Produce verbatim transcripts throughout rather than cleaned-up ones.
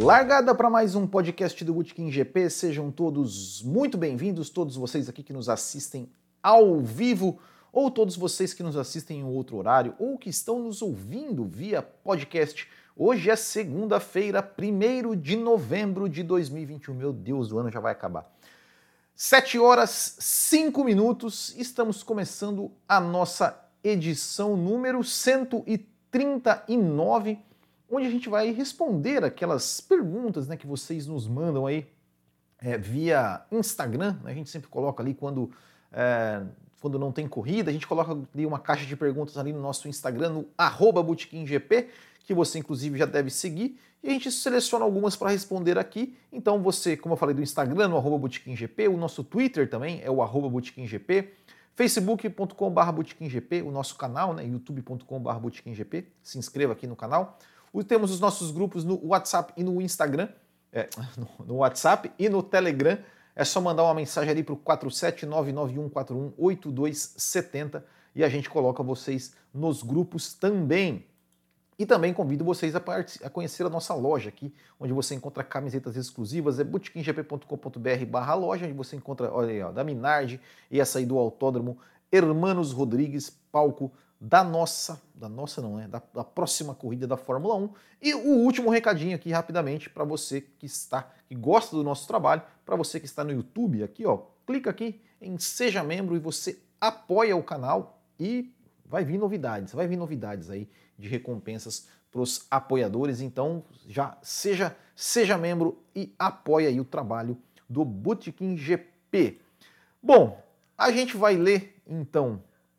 Largada para mais um podcast do Botequim G P, sejam todos muito bem-vindos, todos vocês aqui que nos assistem ao vivo, ou todos vocês que nos assistem em outro horário, ou que estão nos ouvindo via podcast. Hoje é segunda-feira, primeiro de novembro de dois mil e vinte e um, meu Deus, o ano já vai acabar. sete horas, cinco minutos, estamos começando a nossa edição número cento e trinta e nove, onde a gente vai responder aquelas perguntas, né, que vocês nos mandam aí é, via Instagram, né? A gente sempre coloca ali quando, é, quando não tem corrida, a gente coloca ali uma caixa de perguntas ali no nosso Instagram, no arroba botequimgp, que você inclusive já deve seguir, e a gente seleciona algumas para responder aqui. Então você, como eu falei do Instagram, no arroba botequimgp, o nosso Twitter também é o arroba botequimgp, facebook ponto com barra botequimgp, o nosso canal, né, youtube ponto com barra botequimgp, se inscreva aqui no canal. Temos os nossos grupos no WhatsApp e no Instagram, é, no, no WhatsApp e no Telegram. É só mandar uma mensagem ali para o quatro sete nove nove um quatro um oito dois sete zero e a gente coloca vocês nos grupos também. E também convido vocês a, a conhecer a nossa loja aqui, onde você encontra camisetas exclusivas, é botequimgp ponto com ponto br barra loja, onde você encontra, olha aí, ó, da Minardi e essa aí do Autódromo Hermanos Rodrigues, palco da nossa, da nossa não, né, da, da próxima corrida da Fórmula um. E o último recadinho aqui, rapidamente, para você que está, que gosta do nosso trabalho, para você que está no YouTube, aqui, ó, clica aqui em Seja Membro e você apoia o canal e vai vir novidades, vai vir novidades aí de recompensas para os apoiadores. Então, já seja, seja membro e apoia aí o trabalho do Botequim G P. Bom, a gente vai ler, então,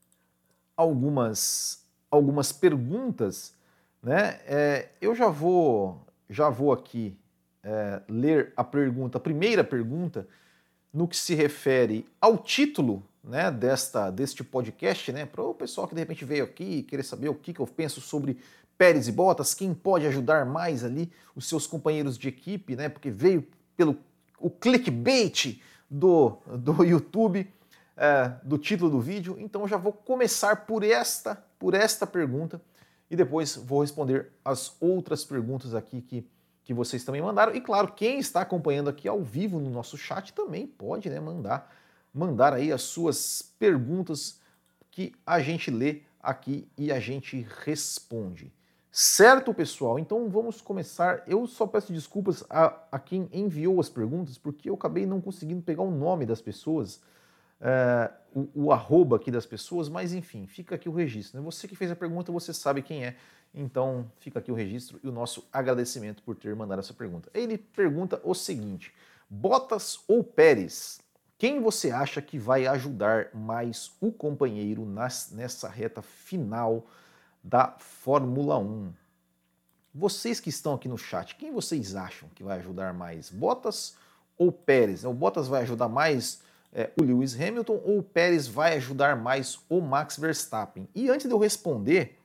algumas, algumas perguntas, né? É, eu já vou, já vou aqui é, ler a pergunta, a primeira pergunta, no que se refere ao título, né, desta, deste podcast, né, para o pessoal que de repente veio aqui e querer saber o que, que eu penso sobre Pérez e Bottas, quem pode ajudar mais ali os seus companheiros de equipe, né, porque veio pelo o clickbait do, do YouTube, é, do título do vídeo. Então eu já vou começar por esta, por esta pergunta e depois vou responder as outras perguntas aqui que, que vocês também mandaram. E claro, quem está acompanhando aqui ao vivo no nosso chat também pode, né, mandar mandar aí as suas perguntas que a gente lê aqui e a gente responde. Certo, pessoal? Então vamos começar. Eu só peço desculpas a, a quem enviou as perguntas, porque eu acabei não conseguindo pegar o nome das pessoas, é, o, o arroba aqui das pessoas, mas enfim, fica aqui o registro, né? Você que fez a pergunta, você sabe quem é, então fica aqui o registro e o nosso agradecimento por ter mandado essa pergunta. Ele pergunta o seguinte: Bottas ou Pérez? Quem você acha que vai ajudar mais o companheiro nas, nessa reta final da Fórmula um? Vocês que estão aqui no chat, quem vocês acham que vai ajudar mais? Bottas ou Pérez? O Bottas vai ajudar mais é, o Lewis Hamilton ou o Pérez vai ajudar mais o Max Verstappen? E antes de eu responder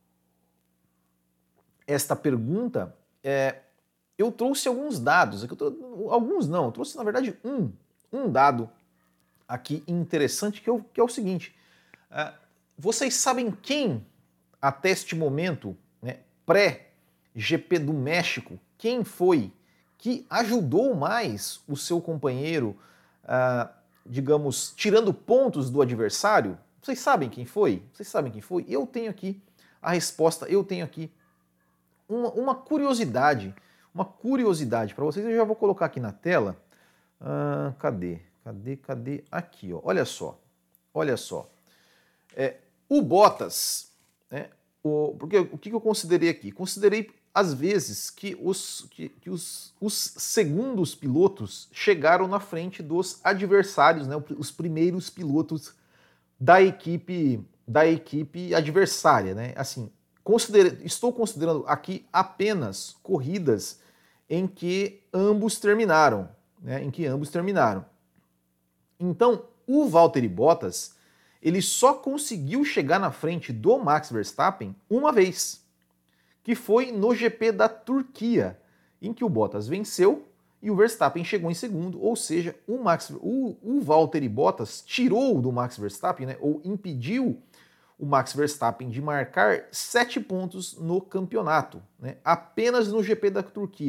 esta pergunta, é, eu trouxe alguns dados. Alguns não, eu trouxe na verdade um. Um dado aqui interessante que, eu, que é o seguinte, uh, vocês sabem quem, até este momento, né, pré-G P do México, quem foi que ajudou mais o seu companheiro, uh, digamos, tirando pontos do adversário? Vocês sabem quem foi? Vocês sabem quem foi? Eu tenho aqui a resposta, eu tenho aqui uma, uma curiosidade, uma curiosidade para vocês, eu já vou colocar aqui na tela. Ah, cadê? Cadê? Cadê? Aqui, ó. Olha só. Olha só. É, o Bottas, né, o, porque o que eu considerei aqui? Considerei, às vezes, que, os, que, que os, os segundos pilotos chegaram na frente dos adversários, né, os primeiros pilotos da equipe, da equipe adversária, né? Assim, considere, estou considerando aqui apenas corridas em que ambos terminaram. Né, em que ambos terminaram. Então, o Valtteri Bottas, ele só conseguiu chegar na frente do Max Verstappen uma vez, que foi no G P da Turquia, em que o Bottas venceu e o Verstappen chegou em segundo, ou seja, o, Max, o, o Valtteri Bottas tirou do Max Verstappen, né, ou impediu o Max Verstappen de marcar sete pontos no campeonato, né, apenas no G P da Turquia.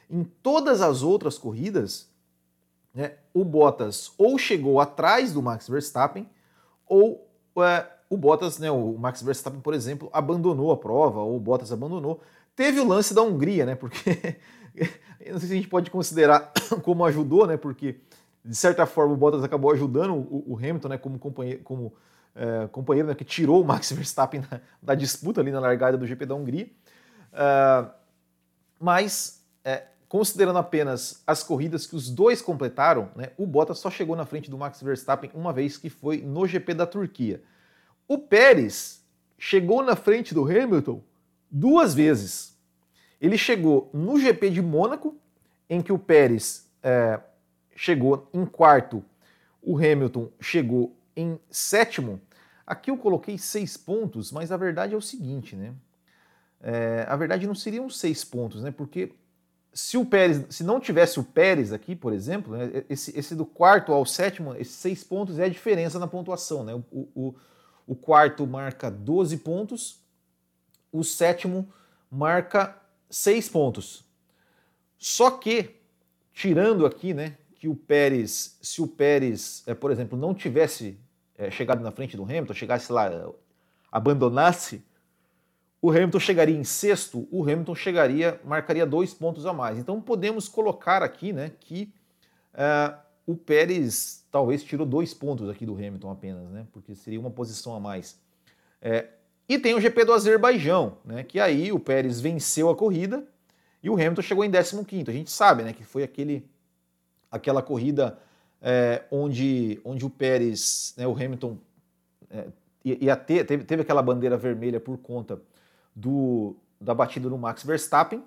em todas as outras corridas, né, o Bottas ou chegou atrás do Max Verstappen, ou é, o Bottas, né, o Max Verstappen, por exemplo, abandonou a prova, ou o Bottas abandonou. Teve o lance da Hungria, né, porque eu não sei se a gente pode considerar como ajudou, né, porque de certa forma o Bottas acabou ajudando o, o Hamilton, né, como companheiro, como, é, companheiro né, que tirou o Max Verstappen da, da disputa ali na largada do G P da Hungria. Uh, mas, é, considerando apenas as corridas que os dois completaram, né, o Bottas só chegou na frente do Max Verstappen uma vez, que foi no G P da Turquia. O Pérez chegou na frente do Hamilton duas vezes. Ele chegou no G P de Mônaco, em que o Pérez é, chegou em quarto, o Hamilton chegou em sétimo. Aqui eu coloquei seis pontos, mas a verdade é o seguinte, né? É, a verdade não seriam seis pontos, né? Porque se o Pérez, se não tivesse o Pérez aqui, por exemplo, né, esse, esse do quarto ao sétimo, esses seis pontos é a diferença na pontuação, né? O, o, o quarto marca doze pontos, o sétimo marca seis pontos. Só que, tirando aqui, né, que o Pérez, se o Pérez, é, por exemplo, não tivesse é, chegado na frente do Hamilton, chegasse lá, abandonasse, o Hamilton chegaria em sexto, o Hamilton chegaria, marcaria dois pontos a mais. Então podemos colocar aqui, né, que uh, o Pérez talvez tirou dois pontos aqui do Hamilton apenas, né, porque seria uma posição a mais. É, e tem o G P do Azerbaijão, né, que aí o Pérez venceu a corrida e o Hamilton chegou em décimo quinto. A gente sabe, né, que foi aquele, aquela corrida é, onde, onde o Pérez, né, o Hamilton é, ia ter, teve, teve aquela bandeira vermelha por conta Do, da batida do Max Verstappen,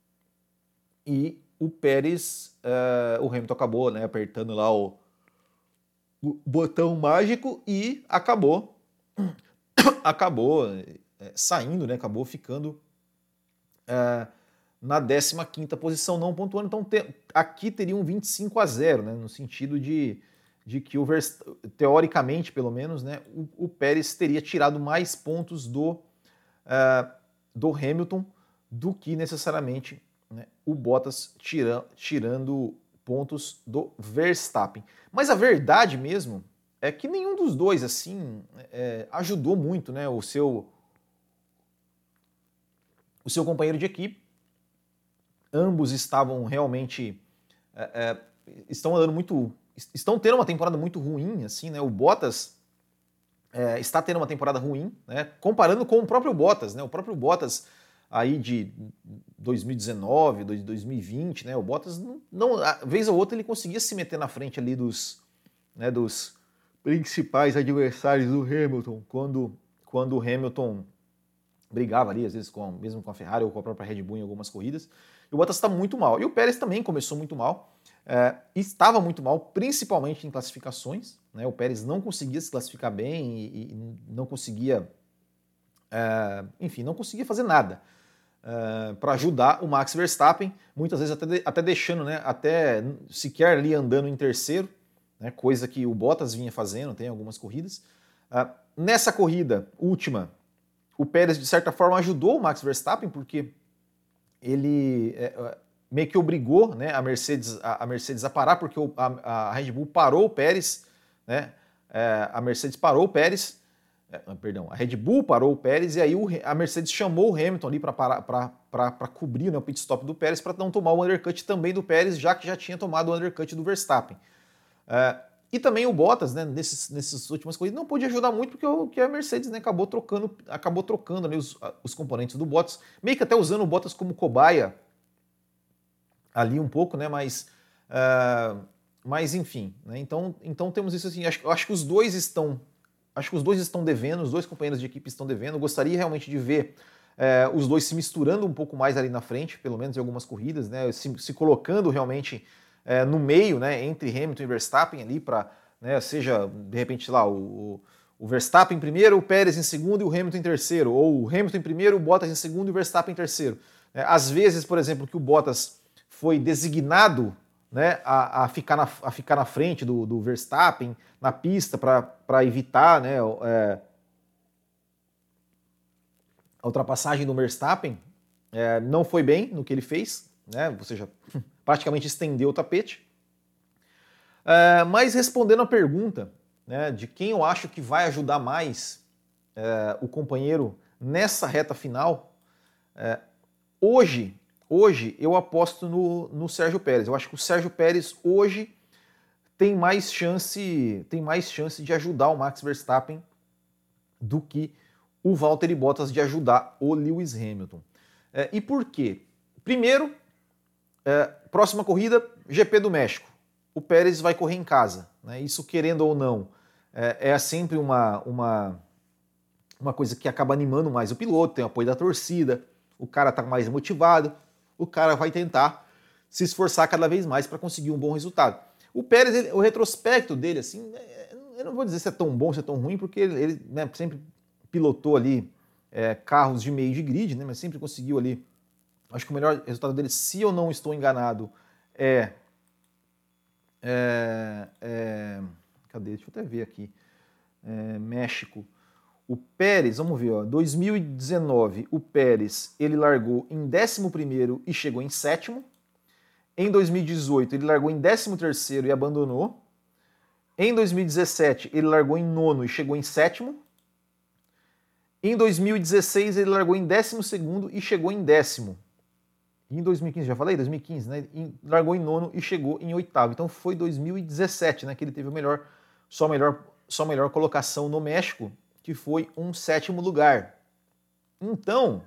e o Pérez, uh, o Hamilton acabou, né, apertando lá o, o botão mágico e acabou acabou é, saindo, né, acabou ficando uh, na décima quinta posição, não pontuando. Então te, aqui teria um vinte e cinco a zero, né, no sentido de, de que o Verstappen, teoricamente pelo menos, né, o, o Pérez teria tirado mais pontos do uh, do Hamilton do que necessariamente, né, o Bottas tira, tirando pontos do Verstappen. Mas a verdade mesmo é que nenhum dos dois assim é, ajudou muito, né, o seu o seu companheiro de equipe. Ambos estavam realmente é, é, estão andando muito, estão tendo uma temporada muito ruim, assim, né? O Bottas É, está tendo uma temporada ruim, né? Comparando com o próprio Bottas, né? O próprio Bottas aí de dois mil e dezenove, dois mil e vinte, né? O Bottas não, não, vez ou outra ele conseguia se meter na frente ali dos, né, dos principais adversários do Hamilton, quando, quando o Hamilton brigava ali, às vezes com, mesmo com a Ferrari ou com a própria Red Bull em algumas corridas. E o Bottas está muito mal. E o Pérez também começou muito mal. É, estava muito mal, principalmente em classificações, né? O Pérez não conseguia se classificar bem e, e não conseguia, é, enfim, não conseguia fazer nada é, para ajudar o Max Verstappen, muitas vezes até, de, até deixando, né, até sequer ali andando em terceiro, né, coisa que o Bottas vinha fazendo, tem algumas corridas. É, nessa corrida última, o Pérez, de certa forma, ajudou o Max Verstappen, porque ele é, meio que obrigou, né, a, Mercedes, a, a Mercedes a parar, porque o, a, a Red Bull parou o Pérez, né, é, a Mercedes parou o Pérez, é, perdão, a Red Bull parou o Pérez, e aí o, a Mercedes chamou o Hamilton ali para cobrir, né, o pit stop do Pérez, para não tomar o undercut também do Pérez, já que já tinha tomado o undercut do Verstappen. É, e também o Bottas, né, nesses, nessas últimas corridas, não pôde ajudar muito, porque o, que a Mercedes, né, acabou trocando, acabou trocando ali os, os componentes do Bottas, meio que até usando o Bottas como cobaia ali um pouco, né, mas, uh, mas enfim, né, então, então temos isso assim, acho, acho que os dois estão, acho que os dois estão devendo, os dois companheiros de equipe estão devendo. Eu gostaria realmente de ver uh, os dois se misturando um pouco mais ali na frente, pelo menos em algumas corridas, né, se, se colocando realmente É, no meio, né, entre Hamilton e Verstappen ali, para, né, seja de repente lá o, o Verstappen em primeiro, o Pérez em segundo e o Hamilton em terceiro, ou o Hamilton em primeiro, o Bottas em segundo e o Verstappen em terceiro. É, às vezes, por exemplo, que o Bottas foi designado, né, a, a, ficar, na, a ficar na frente do, do Verstappen na pista para evitar, né, é, a ultrapassagem do Verstappen, é, não foi bem no que ele fez, né? Ou seja, praticamente estendeu o tapete. É, mas respondendo a pergunta, né, de quem eu acho que vai ajudar mais é, o companheiro nessa reta final, é, hoje, hoje eu aposto no, no Sérgio Pérez. Eu acho que o Sérgio Pérez hoje tem mais chance, tem mais chance de ajudar o Max Verstappen do que o Valtteri Bottas de ajudar o Lewis Hamilton. É, e por quê? Primeiro, é, próxima corrida, G P do México. O Pérez vai correr em casa, né? Isso, querendo ou não, é, é sempre uma, uma, uma coisa que acaba animando mais o piloto, tem o apoio da torcida, o cara está mais motivado, o cara vai tentar se esforçar cada vez mais para conseguir um bom resultado. O Pérez, ele, o retrospecto dele, assim, eu não vou dizer se é tão bom, se é tão ruim, porque ele, ele né, sempre pilotou ali é, carros de meio de grid, né, mas sempre conseguiu ali, acho que o melhor resultado dele, se eu não estou enganado, é... É, é, cadê? Deixa eu até ver aqui. É, México. O Pérez, vamos ver, ó, dois mil e dezenove, o Pérez ele largou em décimo primeiro e chegou em sétimo. Em dois mil e dezoito, ele largou em décimo terceiro e abandonou. Em dois mil e dezessete, ele largou em nono e chegou em sétimo. Em dois mil e dezesseis, ele largou em décimo segundo e chegou em décimo. Em dois mil e quinze, já falei? dois mil e quinze, né? Largou em nono e chegou em oitavo. Então foi dois mil e dezessete, né? Que ele teve o melhor, só melhor, só melhor colocação no México, que foi um sétimo lugar. Então,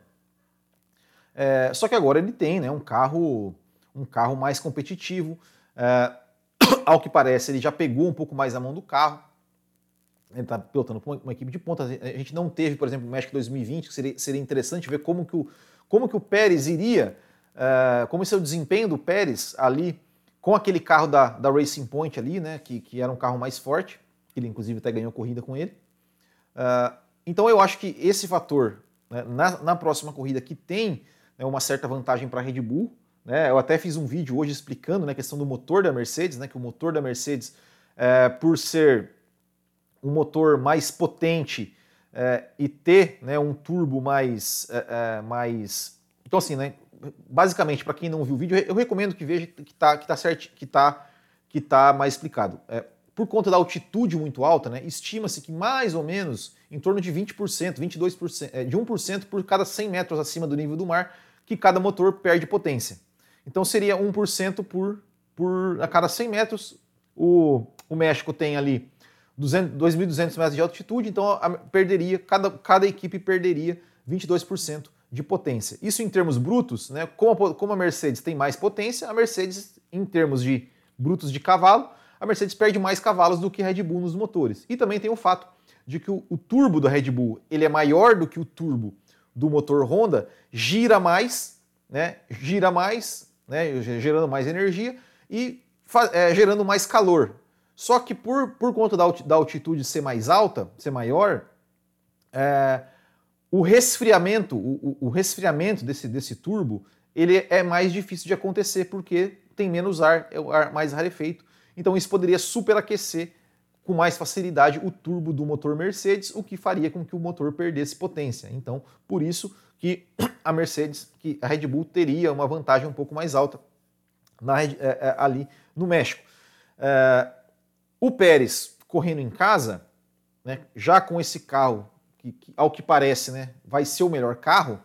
é, só que agora ele tem, né? Um carro, um carro mais competitivo. É, ao que parece, ele já pegou um pouco mais a mão do carro. Ele está pilotando com uma, uma equipe de ponta. A gente não teve, por exemplo, o México dois mil e vinte, que seria, seria interessante ver como que o, como que o Pérez iria. Uh, como esse é o desempenho do Pérez ali com aquele carro da, da Racing Point ali, né, que, que era um carro mais forte, ele inclusive até ganhou corrida com ele. Uh, então eu acho que esse fator, né, na, na próxima corrida, que tem, né, uma certa vantagem para a Red Bull, né, eu até fiz um vídeo hoje explicando, né, a questão do motor da Mercedes, né, que o motor da Mercedes, uh, por ser um motor mais potente uh, e ter, né, um turbo mais, uh, uh, mais... Então assim, né, basicamente, para quem não viu o vídeo, eu recomendo que veja que está que tá certo, que tá, que tá mais explicado. É, por conta da altitude muito alta, né, estima-se que mais ou menos em torno de vinte por cento, vinte e dois por cento, é, de um por cento por cada cem metros acima do nível do mar, que cada motor perde potência. Então seria um por cento por, por a cada cem metros. O, o México tem ali dois mil e duzentos metros de altitude, então a, perderia, cada, cada equipe perderia vinte e dois por cento de potência. Isso em termos brutos, né, como, a, como a Mercedes tem mais potência, a Mercedes, em termos de brutos de cavalo, a Mercedes perde mais cavalos do que a Red Bull nos motores. E também tem o fato de que o, o turbo da Red Bull ele é maior do que o turbo do motor Honda, gira mais, né, gira mais, né, gerando mais energia e é, gerando mais calor. Só que por, por conta da, da altitude ser mais alta, ser maior, é, O resfriamento, o, o resfriamento desse, desse turbo, ele é mais difícil de acontecer porque tem menos ar, é o ar mais rarefeito. Então isso poderia superaquecer com mais facilidade o turbo do motor Mercedes, o que faria com que o motor perdesse potência. Então, por isso que a Mercedes, que a Red Bull teria uma vantagem um pouco mais alta na, é, é, ali no México. É, o Pérez correndo em casa, né, já com esse carro, Que, que, ao que parece, né, vai ser o melhor carro,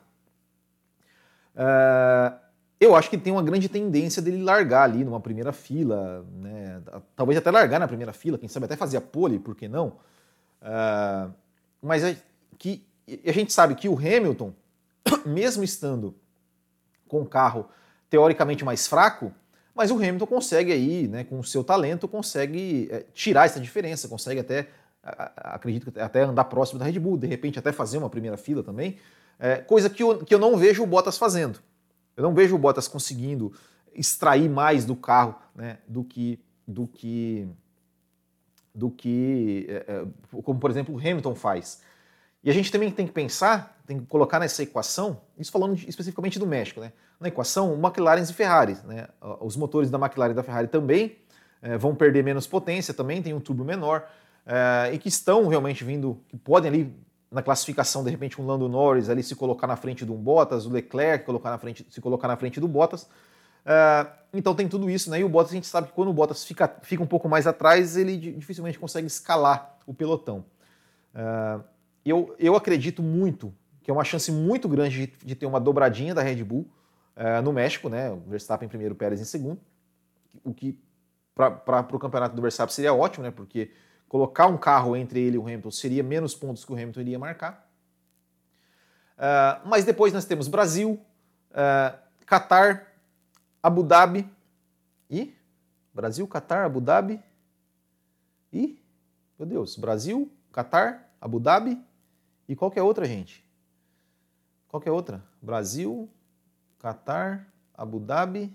uh, eu acho que tem uma grande tendência dele largar ali numa primeira fila, né, talvez até largar na primeira fila, quem sabe até fazer a pole, por que não? Uh, mas é que a gente sabe que o Hamilton, mesmo estando com o carro teoricamente mais fraco, mas o Hamilton consegue aí, né, com o seu talento, consegue é, tirar essa diferença, consegue até acredito que até andar próximo da Red Bull, de repente até fazer uma primeira fila também, é, coisa que eu, que eu não vejo o Bottas fazendo. Eu não vejo o Bottas conseguindo extrair mais do carro, né, do que, do que, do que é, como por exemplo o Hamilton faz. E a gente também tem que pensar, tem que colocar nessa equação, isso falando de, especificamente do México, né, na equação McLaren e Ferrari, né, os motores da McLaren e da Ferrari também é, vão perder menos potência, também tem um turbo menor, É, e que estão realmente vindo, que podem ali na classificação, de repente um Lando Norris ali se colocar na frente de um Bottas, o Leclerc colocar na frente, se colocar na frente do Bottas, Uh, então tem tudo isso, né? E o Bottas, a gente sabe que quando o Bottas fica, fica um pouco mais atrás, ele dificilmente consegue escalar o pelotão. Uh, eu, eu acredito muito que é uma chance muito grande de, de ter uma dobradinha da Red Bull uh, no México, né? O Verstappen em primeiro, o Pérez em segundo, o que para o campeonato do Verstappen seria ótimo, né? Porque colocar um carro entre ele e o Hamilton seria menos pontos que o Hamilton iria marcar. Uh, mas depois nós temos Brasil, uh, Qatar, Abu Dhabi e... Brasil, Qatar, Abu Dhabi e... Meu Deus, Brasil, Qatar, Abu Dhabi e qual que é a outra, gente? Qual que é a outra? Brasil, Qatar, Abu Dhabi...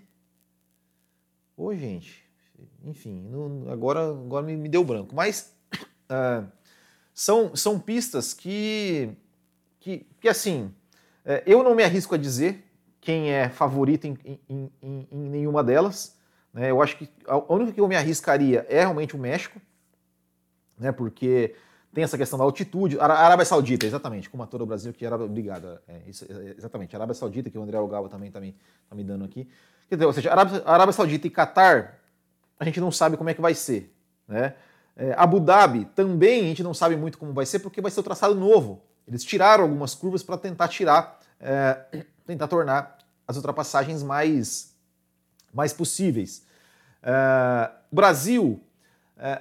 Ô, gente, enfim, não, agora, agora me, me deu branco. Mas uh, são, são pistas que, que, que assim, uh, eu não me arrisco a dizer quem é favorito em, em, em, em nenhuma delas. Né? Eu acho que a única que eu me arriscaria é realmente o México, né? Porque tem essa questão da altitude. A Arábia Saudita, exatamente, como ator do Brasil, que era obrigado. É, isso, é, exatamente, a Arábia Saudita, que o André Algaba também está me, tá me dando aqui. Quer dizer, ou seja, a Arábia, a Arábia Saudita e Qatar, a gente não sabe como é que vai ser. Né? É, Abu Dhabi também a gente não sabe muito como vai ser, porque vai ser o traçado novo. Eles tiraram algumas curvas para tentar tirar, é, tentar tornar as ultrapassagens mais, mais possíveis. É, Brasil, é,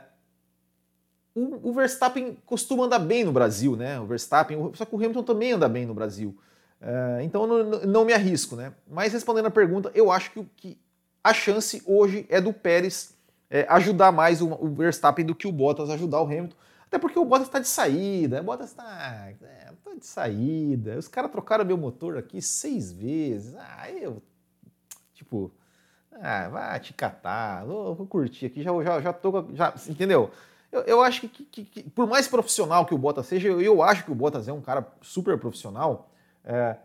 o, o Verstappen costuma andar bem no Brasil, né? O Verstappen, só que o Hamilton também anda bem no Brasil. É, então eu não, não me arrisco, né? Mas respondendo a pergunta, eu acho que, que a chance hoje é do Pérez é, ajudar mais o, o Verstappen do que o Bottas ajudar o Hamilton. Até porque o Bottas está de saída, o Bottas está é, tá de saída. Os caras trocaram meu motor aqui seis vezes. Ah, eu, tipo, ah, vai te catar, vou, vou curtir aqui, já, já, já tô, já, entendeu? Eu, eu acho que, que, que, por mais profissional que o Bottas seja, eu, eu acho que o Bottas é um cara super profissional. É,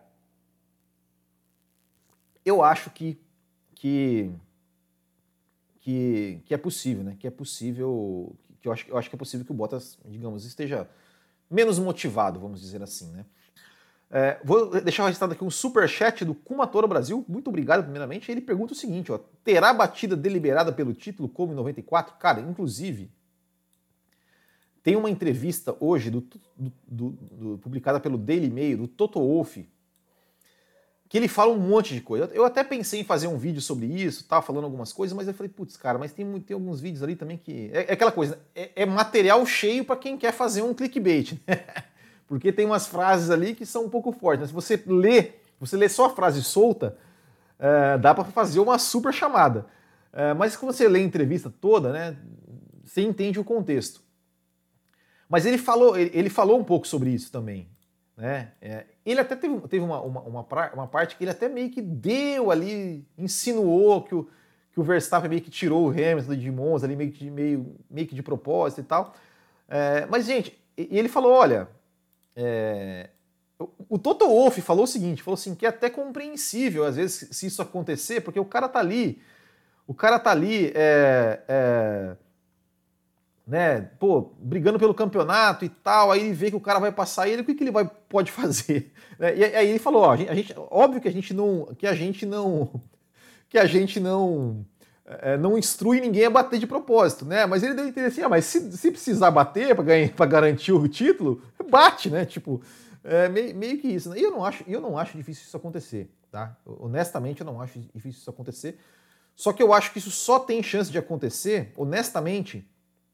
eu acho que, que, que, que é possível, né? Que é possível, que eu acho, eu acho que é possível que o Bottas, digamos, esteja menos motivado, vamos dizer assim, né? É, vou deixar registrado aqui um superchat do Kumatoro Brasil, muito obrigado primeiramente. Ele pergunta o seguinte, ó, terá batida deliberada pelo título como em noventa e quatro? Cara, inclusive, tem uma entrevista hoje do, do, do, do, publicada pelo Daily Mail, do Toto Wolff, que ele fala um monte de coisa. Eu até pensei em fazer um vídeo sobre isso, tá, falando algumas coisas, mas eu falei, putz, cara, mas tem, tem alguns vídeos ali também que... É, é aquela coisa, é, é material cheio para quem quer fazer um clickbait, né? Porque tem umas frases ali que são um pouco fortes. Né? Se você lê, você lê só a frase solta, é, dá para fazer uma super chamada. É, mas quando você lê a entrevista toda, né, você entende o contexto. Mas ele falou, ele, ele falou um pouco sobre isso também. Né? É, ele até teve, teve uma, uma, uma, uma parte que ele até meio que deu ali, insinuou que o, que o Verstappen meio que tirou o Hamilton de Monza, ali meio que, meio, meio que de propósito e tal. É, mas, gente, e ele falou, olha... É, o Toto Wolff falou o seguinte, falou assim, que é até compreensível, às vezes, se isso acontecer, porque o cara tá ali, o cara tá ali, é, é, né, pô, brigando pelo campeonato e tal, aí ele vê que o cara vai passar ele, o que, que ele vai, pode fazer? E aí ele falou, ó, a gente, a gente, óbvio que a gente não, que a gente não, que a gente não, é, não instrui ninguém a bater de propósito, né, mas ele deu a entender assim, ah, mas se, se precisar bater para garantir o título, bate, né, tipo, é meio, meio que isso, né? E eu não acho, eu não acho difícil isso acontecer, tá, honestamente eu não acho difícil isso acontecer, só que eu acho que isso só tem chance de acontecer, honestamente,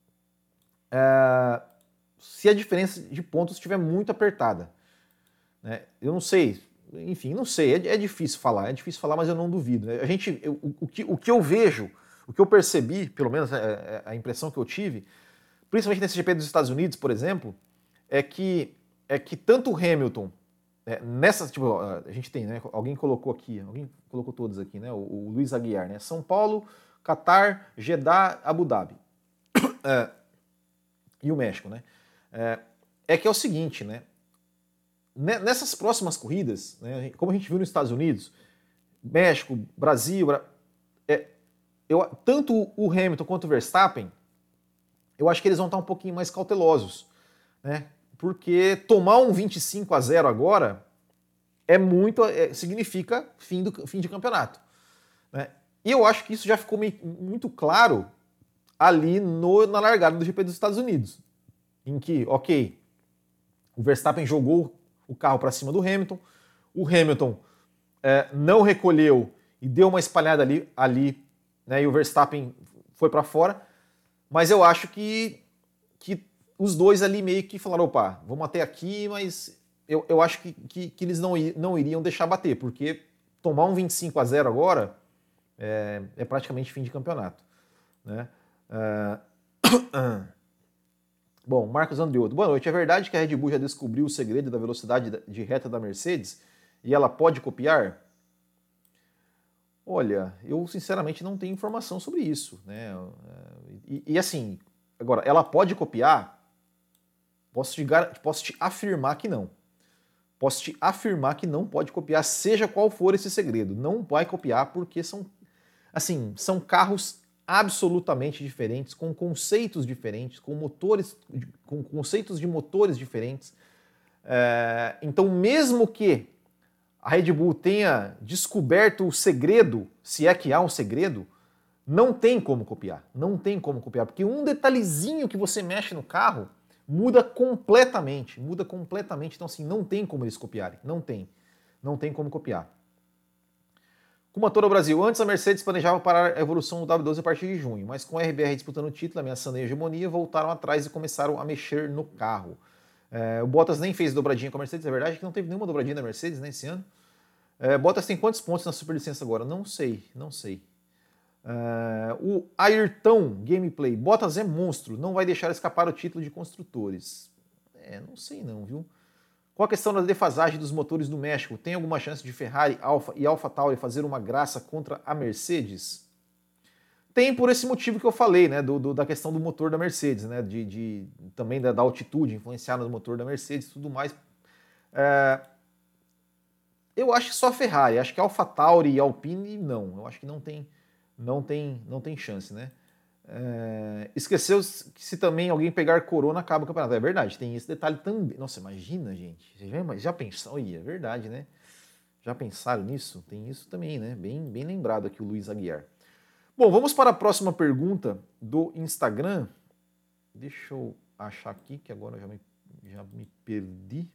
é, se a diferença de pontos estiver muito apertada, né, eu não sei, enfim, não sei, é, é difícil falar, é difícil falar, mas eu não duvido, né? A gente, eu, o, o, que, o que eu vejo, o que eu percebi, pelo menos a, a impressão que eu tive, principalmente nesse G P dos Estados Unidos, por exemplo, é que, é que tanto o Hamilton, é, nessa, tipo, a gente tem, né, alguém colocou aqui, alguém colocou todos aqui, né, o, o Luiz Aguiar, né, São Paulo, Qatar, Jeddah, Abu Dhabi, é, e o México, né, é, é que é o seguinte, né, nessas próximas corridas, né, como a gente viu nos Estados Unidos, México, Brasil, é, eu, tanto o Hamilton quanto o Verstappen, eu acho que eles vão estar um pouquinho mais cautelosos, né? Porque tomar um vinte e cinco a zero agora é muito, é, significa fim, do, fim de campeonato. Né? E eu acho que isso já ficou meio, muito claro ali no, na largada do G P dos Estados Unidos, em que, ok, o Verstappen jogou o carro para cima do Hamilton, o Hamilton é, não recolheu e deu uma espalhada ali, ali né, e o Verstappen foi para fora, mas eu acho que, que os dois ali meio que falaram, opa, vamos até aqui, mas eu, eu acho que, que, que eles não, não iriam deixar bater, porque tomar um vinte e cinco a zero agora é, é praticamente fim de campeonato. Né? Uh... Bom, Marcos Andriotto, boa noite. É verdade que a Red Bull já descobriu o segredo da velocidade de reta da Mercedes e ela pode copiar? Olha, eu sinceramente não tenho informação sobre isso, né? E, e assim, agora, ela pode copiar? Posso te, posso te afirmar que não. Posso te afirmar que não pode copiar, seja qual for esse segredo. Não vai copiar porque são, assim, são carros absolutamente diferentes, com conceitos diferentes, com motores, com conceitos de motores diferentes. É, então, mesmo que a Red Bull tenha descoberto o segredo, se é que há um segredo, não tem como copiar. Não tem como copiar, porque um detalhezinho que você mexe no carro muda completamente, muda completamente. Então, assim, não tem como eles copiarem. Não tem. Não tem como copiar. Como ator ao Brasil, antes a Mercedes planejava parar a evolução do W doze a partir de junho, mas com a R B R disputando o título, ameaçando a hegemonia, voltaram atrás e começaram a mexer no carro. É, o Bottas nem fez dobradinha com a Mercedes, é verdade que não teve nenhuma dobradinha da Mercedes, né, esse ano. É, Bottas tem quantos pontos na superlicença agora? Não sei, não sei. É, o Ayrton Gameplay, Bottas é monstro, não vai deixar escapar o título de construtores. É, não sei não, viu? Qual a questão da defasagem dos motores do México? Tem alguma chance de Ferrari, Alfa e AlphaTauri fazer uma graça contra a Mercedes? Tem por esse motivo que eu falei, né, do, do, da questão do motor da Mercedes, né, de, de, também da, da altitude influenciar no motor da Mercedes e tudo mais. É, eu acho que só a Ferrari, acho que a AlphaTauri e a Alpine não, eu acho que não tem, não tem, não tem chance, né? É, esqueceu que se também alguém pegar corona acaba o campeonato. É verdade, tem esse detalhe também. Nossa, imagina, gente. Você já, já pensou? Ih, é verdade, né? Já pensaram nisso? Tem isso também, né? Bem, bem lembrado aqui o Luiz Aguiar. Bom, vamos para a próxima pergunta do Instagram. Deixa eu achar aqui, que agora eu já me, já me perdi.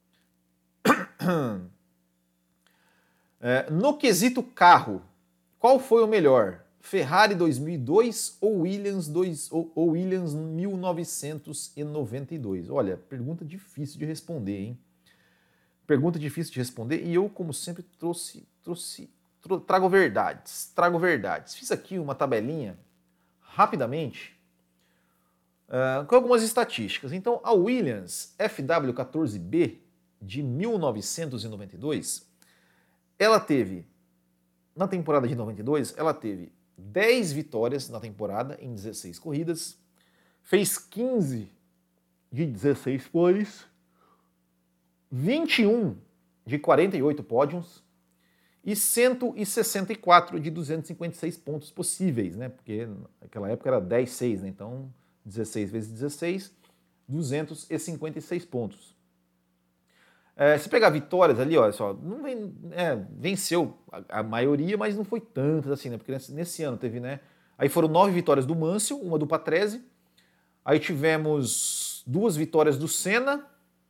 É, no quesito carro, qual foi o melhor? Ferrari dois mil e dois ou Williams, dois, ou, ou Williams mil novecentos e noventa e dois? Olha, pergunta difícil de responder, hein? Pergunta difícil de responder e eu, como sempre, trouxe, trouxe, trago verdades, trago verdades. Fiz aqui uma tabelinha, rapidamente, uh, com algumas estatísticas. Então, a Williams F W quatorze B de mil novecentos e noventa e dois, ela teve, na temporada de noventa e dois, ela teve dez vitórias na temporada em dezesseis corridas, fez quinze de dezesseis poles, vinte e um de quarenta e oito pódios e cento e sessenta e quatro de duzentos e cinquenta e seis pontos possíveis, né? Porque naquela época era dez, seis, né? Então dezesseis vezes dezesseis, duzentos e cinquenta e seis pontos. É, se pegar vitórias ali, olha só, não vem, é, venceu a, a maioria, mas não foi tantas assim, né? Porque nesse, nesse ano teve, né? Aí foram nove vitórias do Mansell, uma do Patrese. Aí tivemos duas vitórias do Senna.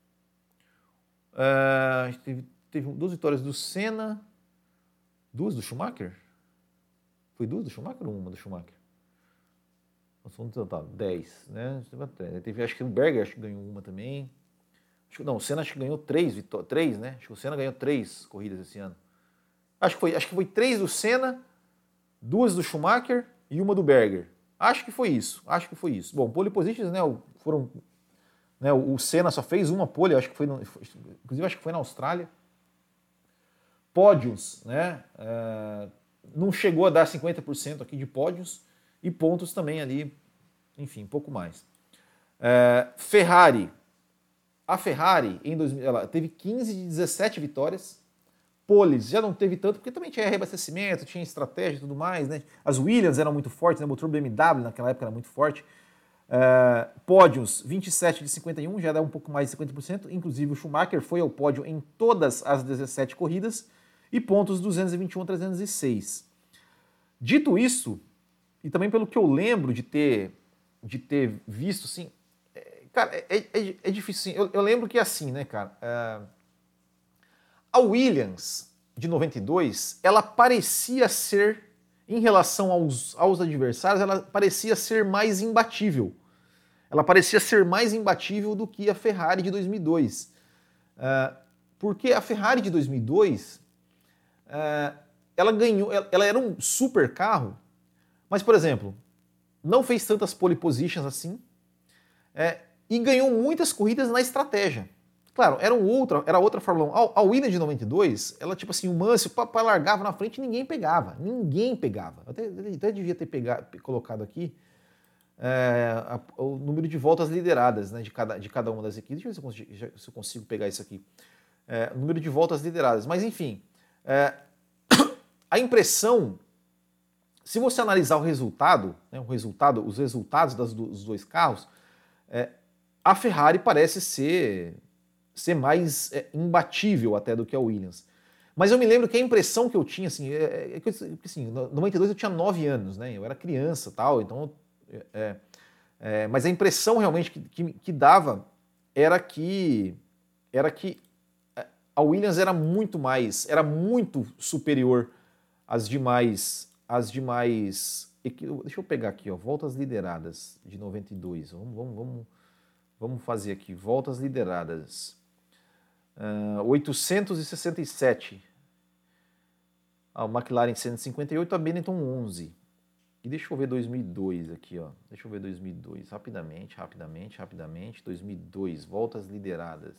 É, teve, teve duas vitórias do Senna. Duas do Schumacher? Foi duas do Schumacher ou uma do Schumacher? Nós vamos tentar, dez, né? Teve, acho que o Berger acho que ganhou uma também. Não, o Senna acho que ganhou três, três, né? Acho que o Senna ganhou três corridas esse ano. Acho que foi, acho que foi três do Senna, duas do Schumacher e uma do Berger. Acho que foi isso, acho que foi isso. Bom, pole positions, né, foram, né, o Senna só fez uma pole, acho que foi, no, inclusive acho que foi na Austrália. Pódios, né, uh, não chegou a dar cinquenta por cento aqui de pódios e pontos também ali, enfim, um pouco mais. Uh, Ferrari. A Ferrari, em dois mil, ela teve quinze de dezessete vitórias. Poles já não teve tanto, porque também tinha reabastecimento, tinha estratégia e tudo mais, né? As Williams eram muito fortes, né? O motor B M W naquela época era muito forte. Uh, pódios, vinte e sete de cinquenta e um, já dá um pouco mais de cinquenta por cento. Inclusive o Schumacher foi ao pódio em todas as dezessete corridas. E pontos duzentos e vinte e um a trezentos e seis. Dito isso, e também pelo que eu lembro de ter, de ter visto, assim, é, cara, é, é, é difícil, assim, eu, eu lembro que é assim, né, cara, é, a Williams de noventa e dois, ela parecia ser, em relação aos, aos adversários, ela parecia ser mais imbatível. Ela parecia ser mais imbatível do que a Ferrari de dois mil e dois. Uh, porque a Ferrari de dois mil e dois, uh, ela ganhou, ela era um super carro, mas, por exemplo, não fez tantas pole positions assim, é, e ganhou muitas corridas na estratégia. Claro, era, um outra, era outra Fórmula um. A, a Williams de noventa e dois, ela tipo assim, o Mansell largava na frente e ninguém pegava. Ninguém pegava. Eu até, até devia ter pegado, colocado aqui é, a, o número de voltas lideradas, né, de, cada, de cada uma das equipes. Deixa eu ver se eu consigo, se eu consigo pegar isso aqui. É, o número de voltas lideradas. Mas enfim, é, a impressão, se você analisar o resultado, né, o resultado os resultados das, dos dois carros, é, a Ferrari parece ser... ser mais é, imbatível até do que a Williams. Mas eu me lembro que a impressão que eu tinha, assim, é, é que assim, no noventa e dois eu tinha nove anos, né? Eu era criança tal, então... É, é, mas a impressão realmente que, que, que dava era que, era que a Williams era muito mais, era muito superior às demais... Às demais deixa eu pegar aqui, ó, voltas lideradas de noventa e dois. Vamos, vamos, vamos, vamos fazer aqui, voltas lideradas. Uh, oitocentos e sessenta e sete. Ah, o McLaren cento e cinquenta e oito, a Benetton onze. E deixa eu ver dois mil e dois aqui, ó. Deixa eu ver dois mil e dois, rapidamente, rapidamente, rapidamente. dois mil e dois, voltas lideradas.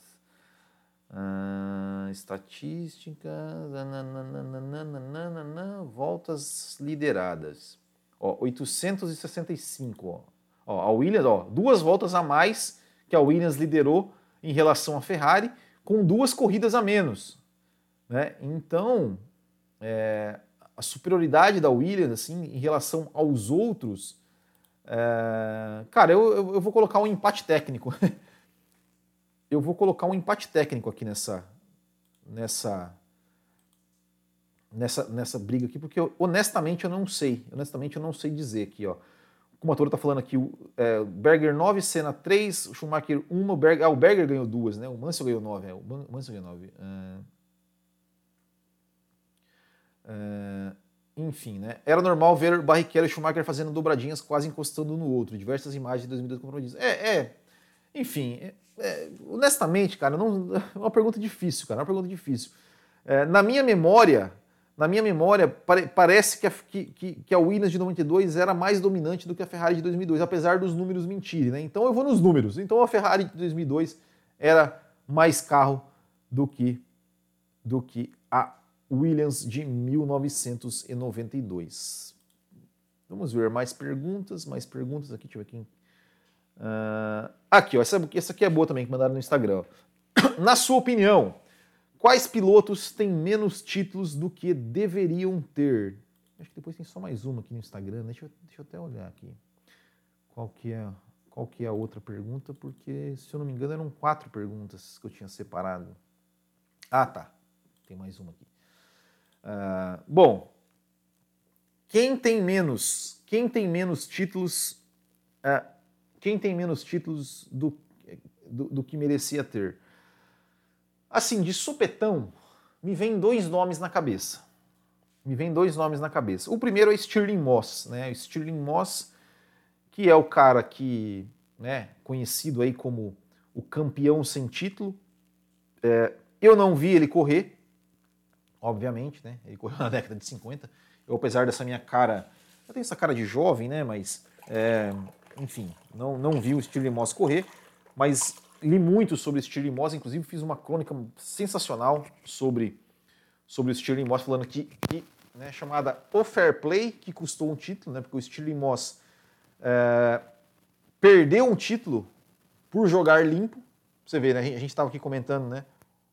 Uh, estatísticas, nananana, voltas lideradas. Ó, oitocentos e sessenta e cinco, ó. Ó, a Williams, ó, duas voltas a mais que a Williams liderou em relação à Ferrari, com duas corridas a menos, né? Então, é, a superioridade da Williams, assim, em relação aos outros, é, cara, eu, eu, eu vou colocar um empate técnico. eu vou colocar um empate técnico aqui nessa, nessa, nessa, nessa briga aqui, porque eu, honestamente eu não sei, honestamente eu não sei dizer aqui, ó. Como a Toro está falando aqui, o é, Berger nove, Senna três, o Schumacher um, o Berger, ah, o Berger ganhou duas, né? O Mansell ganhou nove, é, o Mansell ganhou nove. É, é, enfim, né? Era normal ver Barrichello e Schumacher fazendo dobradinhas quase encostando um no outro. Diversas imagens de dois mil e dois comprometidas. É, é, enfim, é, é, honestamente, cara, não, é uma pergunta difícil, cara, é uma pergunta difícil. É, na minha memória... Na minha memória, pare, parece que a, que, que a Williams de noventa e dois era mais dominante do que a Ferrari de dois mil e dois, apesar dos números mentirem, né? Então eu vou nos números. Então a Ferrari de dois mil e dois era mais carro do que, do que a Williams de mil novecentos e noventa e dois. Vamos ver mais perguntas, mais perguntas aqui, deixa eu ver aqui. Uh, aqui, ó, essa, essa aqui é boa também, que mandaram no Instagram. Na sua opinião, quais pilotos têm menos títulos do que deveriam ter? Acho que depois tem só mais uma aqui no Instagram. Deixa eu, deixa eu até olhar aqui. Qual que, é, qual que é a outra pergunta? Porque, se eu não me engano, eram quatro perguntas que eu tinha separado. Ah, tá. Tem mais uma aqui. Uh, bom, quem tem menos, quem tem menos títulos, uh, quem tem menos títulos do, do, do que merecia ter? Assim, de supetão, me vem dois nomes na cabeça. Me vem dois nomes na cabeça. O primeiro é o Stirling Moss, né? O Stirling Moss, que é o cara que, né, conhecido aí como o campeão sem título. É, eu não vi ele correr, obviamente, né? Ele correu na década de cinquenta. Eu, apesar dessa minha cara, eu tenho essa cara de jovem, né? Mas, é, enfim, não, não vi o Stirling Moss correr, mas li muito sobre o Stirling Moss, inclusive fiz uma crônica sensacional sobre, sobre o Stirling Moss, falando que, que né, chamada O Fair Play, que custou um título, né, porque o Stirling Moss é, perdeu um título por jogar limpo. Você vê, né, a gente estava aqui comentando, né?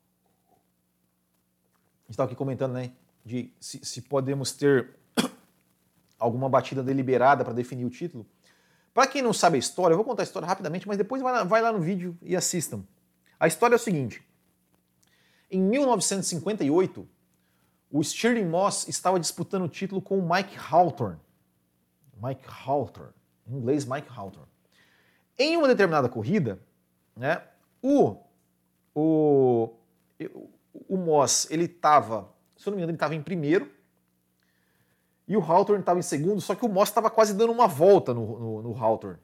A gente estava aqui comentando, né, de se, se podemos ter alguma batida deliberada para definir o título. Para quem não sabe a história, eu vou contar a história rapidamente, mas depois vai lá, vai lá no vídeo e assistam. A história é o seguinte. Em mil novecentos e cinquenta e oito, o Stirling Moss estava disputando o título com o Mike Hawthorne. Mike Hawthorne, em inglês Mike Hawthorne. Em uma determinada corrida, né, o, o, o Moss, ele estava, se eu não me engano, ele estava em primeiro, e o Hawthorne estava em segundo, só que o Moss estava quase dando uma volta no, no, no Hawthorne.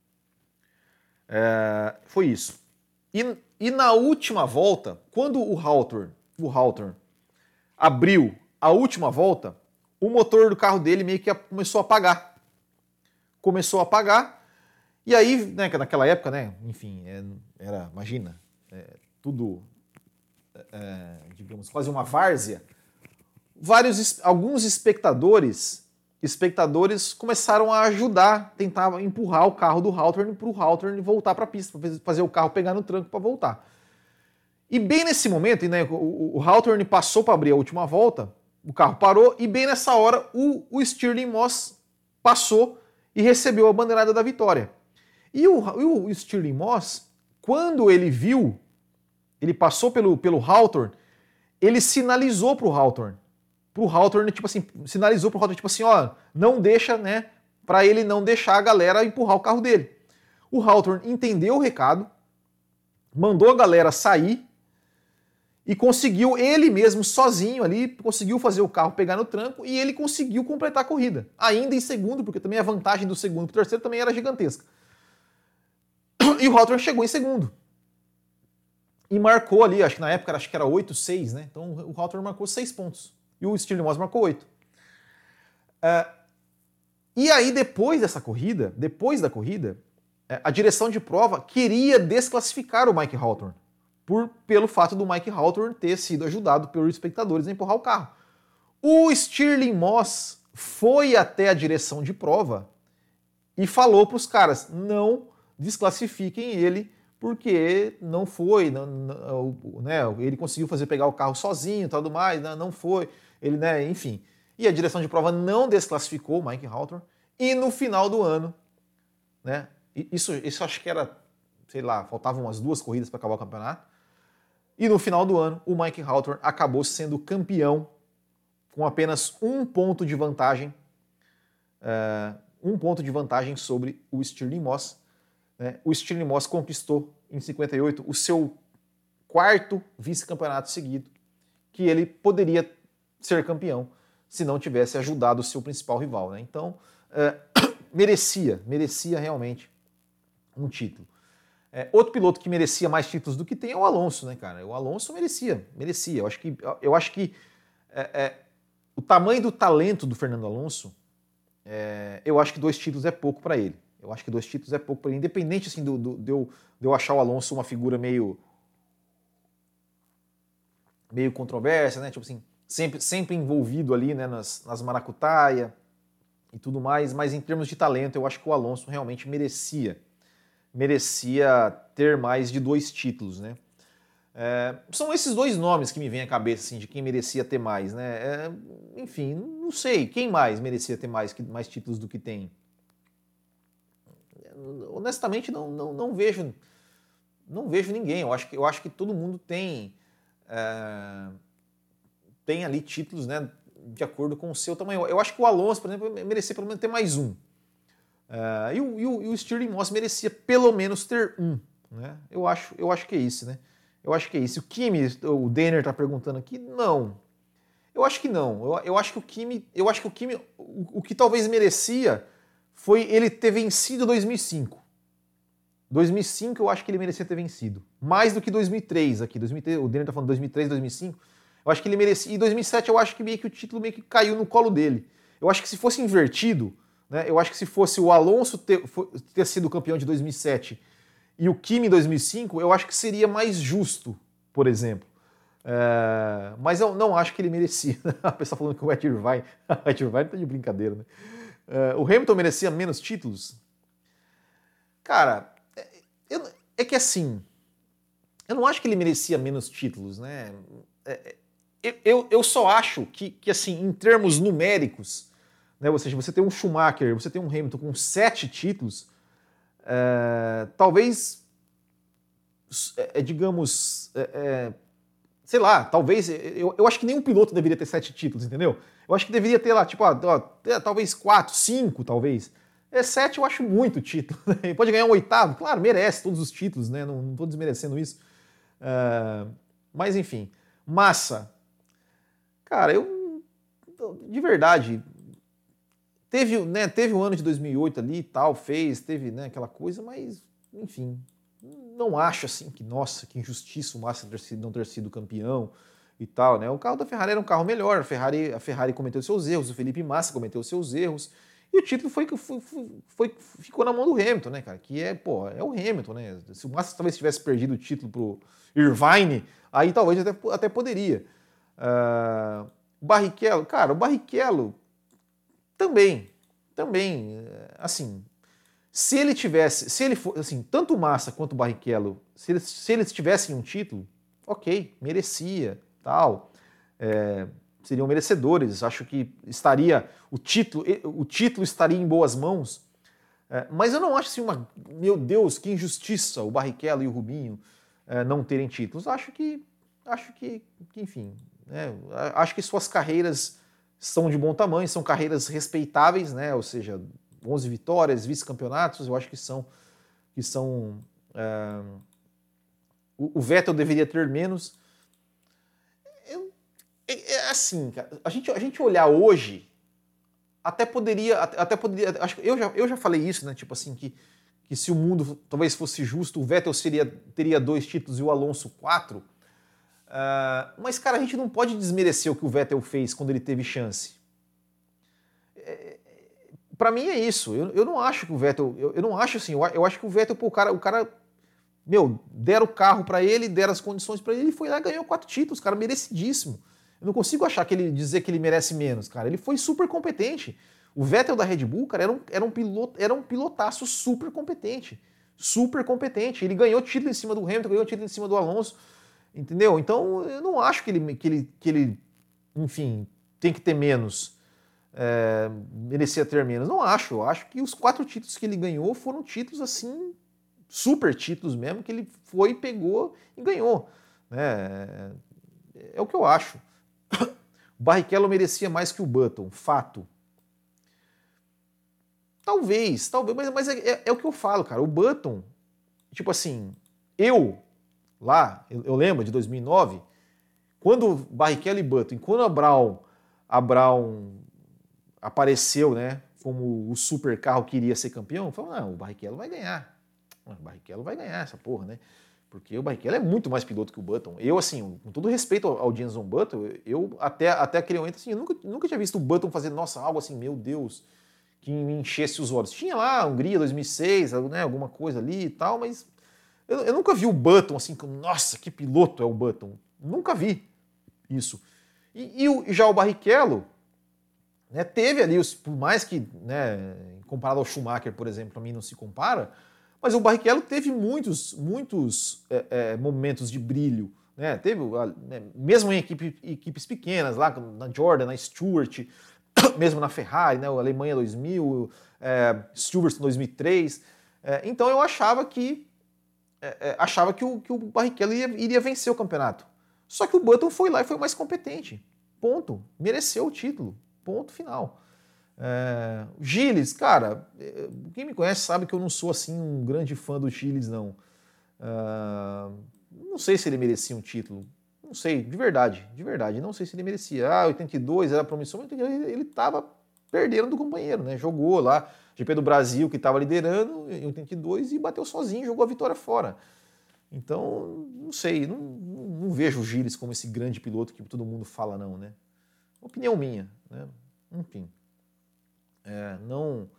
É, foi isso. E, e na última volta, quando o Hawthorne, o Hawthorne abriu a última volta, o motor do carro dele meio que começou a apagar. Começou a apagar, e aí, né, naquela época, né, enfim, era, imagina, é, tudo, é, digamos, quase uma várzea. Vários, alguns espectadores, espectadores começaram a ajudar, tentavam empurrar o carro do Hawthorne para o Hawthorne voltar para a pista, para fazer o carro pegar no tranco para voltar. E bem nesse momento, né, o, o Hawthorne passou para abrir a última volta, o carro parou, e bem nessa hora o, o Stirling Moss passou e recebeu a bandeirada da vitória. E o, o Stirling Moss, quando ele viu, ele passou pelo, pelo Hawthorne, ele sinalizou para o Hawthorne, pro Hawthorne, tipo assim, sinalizou pro Hawthorne, tipo assim, ó, não deixa, né, para ele não deixar a galera empurrar o carro dele. O Hawthorne entendeu o recado, mandou a galera sair e conseguiu, ele mesmo, sozinho ali, conseguiu fazer o carro pegar no tranco e ele conseguiu completar a corrida. Ainda em segundo, porque também a vantagem do segundo pro terceiro também era gigantesca. E o Hawthorne chegou em segundo. E marcou ali, acho que na época acho que era oito a seis, né? Então o Hawthorne marcou seis pontos. E o Stirling Moss marcou oito. Uh, e aí, depois dessa corrida, depois da corrida, a direção de prova queria desclassificar o Mike Hawthorne por, pelo fato do Mike Hawthorne ter sido ajudado pelos espectadores a empurrar o carro. O Stirling Moss foi até a direção de prova e falou para os caras, não desclassifiquem ele, porque não foi, não, não, né, ele conseguiu fazer pegar o carro sozinho e tudo mais, não, não foi, ele, né, enfim. E a direção de prova não desclassificou o Mike Hawthorne, e no final do ano, né, isso, isso acho que era, sei lá, faltavam umas duas corridas para acabar o campeonato, e no final do ano o Mike Hawthorne acabou sendo campeão com apenas um ponto de vantagem, uh, um ponto de vantagem sobre o Stirling Moss. Né? O Stirling Moss conquistou em cinquenta e oito o seu quarto vice-campeonato seguido, que ele poderia ser campeão se não tivesse ajudado o seu principal rival. Né? Então, é, merecia, merecia realmente um título. É, outro piloto que merecia mais títulos do que tem é o Alonso, né, cara? O Alonso merecia, merecia. Eu acho que, eu acho que é, é, o tamanho do talento do Fernando Alonso, é, eu acho que dois títulos é pouco para ele. Eu acho que dois títulos é pouco para ele, independente assim, do, do, de, eu, de eu achar o Alonso uma figura meio meio controversa, né? Tipo assim, sempre, sempre envolvido ali, né, nas, nas maracutaia e tudo mais, mas em termos de talento, eu acho que o Alonso realmente merecia, merecia ter mais de dois títulos, né? É, são esses dois nomes que me vêm à cabeça, assim, de quem merecia ter mais, né? É, enfim, não sei, quem mais merecia ter mais, mais títulos do que tem? Honestamente, não, não, não vejo não vejo ninguém. Eu acho que, eu acho que todo mundo tem é, tem ali títulos, né, de acordo com o seu tamanho. Eu acho que o Alonso, por exemplo, merecia pelo menos ter mais um. É, e, o, e, o, e o Stirling Moss merecia pelo menos ter um. Né? Eu, acho, eu acho que é isso, né? Eu acho que é isso. O Kimi, o Denner está perguntando aqui, não. Eu acho que não. Eu, eu acho que o Kimi, eu acho que o Kimi, o, o que talvez merecia foi ele ter vencido dois mil e cinco. dois mil e cinco eu acho que ele merecia ter vencido. Mais do que dois mil e três aqui. dois mil e três, o Denner tá falando dois mil e três, dois mil e cinco. Eu acho que ele merecia. E dois mil e sete eu acho que meio que o título meio que caiu no colo dele. Eu acho que se fosse invertido, né, eu acho que se fosse o Alonso ter, ter sido campeão de dois mil e sete e o Kimi em dois mil e cinco, eu acho que seria mais justo, por exemplo. É, mas eu não acho que ele merecia. A pessoa falando que o Ed Irvine, o Ed Irvine tá de brincadeira, né? É, o Hamilton merecia menos títulos? Cara, é, eu, é que assim, eu não acho que ele merecia menos títulos, né? É, eu, eu só acho que, que, assim, em termos numéricos, né, ou seja, você tem um Schumacher, você tem um Hamilton com sete títulos, é, talvez, é, digamos, é, sei lá, talvez, eu, eu acho que nenhum piloto deveria ter sete títulos, entendeu? Eu acho que deveria ter lá, tipo, ó, ó, talvez quatro, cinco, talvez. É, sete eu acho muito título. Ele pode ganhar um oitavo, claro, merece todos os títulos, né? Não, não tô desmerecendo isso. Uh, mas enfim, Massa. Cara, eu, de verdade, teve, né, teve o ano de dois mil e oito ali e tal, fez, teve, né, aquela coisa, mas, enfim, não acho assim que, nossa, que injustiça o Massa ter sido, não ter sido campeão e tal, né? O carro da Ferrari era um carro melhor, a Ferrari, a Ferrari cometeu seus erros, o Felipe Massa cometeu seus erros, e o título foi, foi, foi, ficou na mão do Hamilton, né, cara? Que é, pô, é o Hamilton, né? Se o Massa talvez tivesse perdido o título pro Irvine, aí talvez até, até poderia. Uh, o Barrichello, cara, o Barrichello também, também, assim, se ele tivesse, se ele for, assim, tanto o Massa quanto o Barrichello, se eles, se eles tivessem um título, ok, merecia, tal, é, seriam merecedores, acho que estaria, o título, o título estaria em boas mãos, é, mas eu não acho assim uma, meu Deus, que injustiça o Barrichello e o Rubinho é, não terem títulos, acho que, acho que, que enfim, é, acho que suas carreiras são de bom tamanho, são carreiras respeitáveis, né, ou seja, onze vitórias, vice-campeonatos, eu acho que são, que são é, o, o Vettel deveria ter menos. Eu, é, é assim, cara, a gente, a gente olhar hoje, até poderia, até poderia, acho que eu já, eu já falei isso, né, tipo assim, que, que se o mundo talvez fosse justo, o Vettel seria, teria dois títulos e o Alonso quatro, uh, mas, cara, a gente não pode desmerecer o que o Vettel fez quando ele teve chance. É, Pra mim é isso. Eu, eu não acho que o Vettel. Eu, eu não acho assim. Eu, eu acho que o Vettel, pô, o cara, o cara. Meu, deram o carro pra ele, deram as condições pra ele, ele foi lá e ganhou quatro títulos, cara, merecidíssimo. Eu não consigo achar que ele dizer que ele merece menos, cara. Ele foi super competente. O Vettel da Red Bull, cara, era um, era um, piloto, era um pilotaço super competente. Super competente. Ele ganhou título em cima do Hamilton, ganhou título em cima do Alonso. Entendeu? Então, eu não acho que ele, que ele, que ele enfim, tem que ter menos. É, merecia ter menos. Não acho. Eu acho que os quatro títulos que ele ganhou foram títulos assim, super títulos mesmo, que ele foi, pegou e ganhou. É, é o que eu acho. O Barrichello merecia mais que o Button, fato. Talvez, talvez, mas, mas é, é, é o que eu falo, cara. O Button, tipo assim, eu, lá, eu, eu lembro de dois mil e nove, quando Barrichello e Button, quando a Brown, a Brown apareceu, né, como o super carro que iria ser campeão, falou, não, o Barrichello vai ganhar. O Barrichello vai ganhar essa porra, né? Porque o Barrichello é muito mais piloto que o Button. Eu, assim, com todo respeito ao, ao Jenson Button, eu até, até aquele momento, assim, eu nunca, nunca tinha visto o Button fazer, nossa, algo assim, meu Deus, que me enchesse os olhos. Tinha lá, Hungria dois mil e seis, né, alguma coisa ali e tal, mas eu, eu nunca vi o Button, assim, nossa, que piloto é o Button. Nunca vi isso. E, e, o, e já o Barrichello, né, teve ali, os, por mais que, né, comparado ao Schumacher, por exemplo, para mim não se compara, mas o Barrichello teve muitos, muitos é, é, momentos de brilho. Né, teve, né, mesmo em equipe, equipes pequenas, lá na Jordan, na Stewart, mesmo na Ferrari, né, Alemanha dois mil, é, Stewart dois mil e três. É, então eu achava que, é, é, achava que o, que o Barrichello iria, iria vencer o campeonato. Só que o Button foi lá e foi mais competente. Ponto. Mereceu o título. Ponto final. É, Gilles, cara, quem me conhece sabe que eu não sou assim um grande fã do Gilles, não. Uh, não sei se ele merecia um título. Não sei, de verdade, de verdade. Não sei se ele merecia. Ah, oitenta e dois era promissor, mas ele estava perdendo do companheiro, né? Jogou lá, G P do Brasil, que estava liderando em oitenta e dois e bateu sozinho, jogou a vitória fora. Então, não sei, não, não vejo o Gilles como esse grande piloto que todo mundo fala, não, né? Opinião minha, né? Enfim. É, não,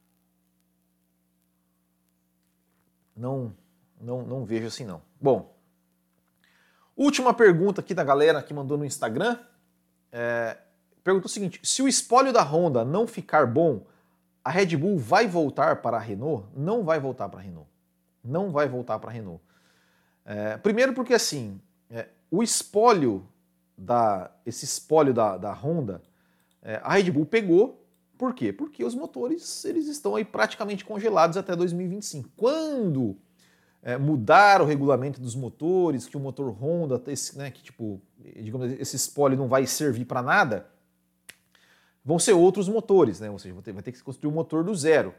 não, não, não vejo assim, não. Bom, última pergunta aqui da galera que mandou no Instagram. É, perguntou o seguinte: se o espólio da Honda não ficar bom, a Red Bull vai voltar para a Renault? Não vai voltar para a Renault. Não vai voltar para a Renault. É, primeiro porque assim, é, o espólio da, esse espólio da, da Honda, é, a Red Bull pegou. Por quê? Porque os motores eles estão aí praticamente congelados até dois mil e vinte e cinco. Quando é, mudar o regulamento dos motores, que o motor Honda, esse, né, que tipo, digamos, esse espólio não vai servir para nada, vão ser outros motores, né? Ou seja, vai ter, vai ter que construir um motor do zero.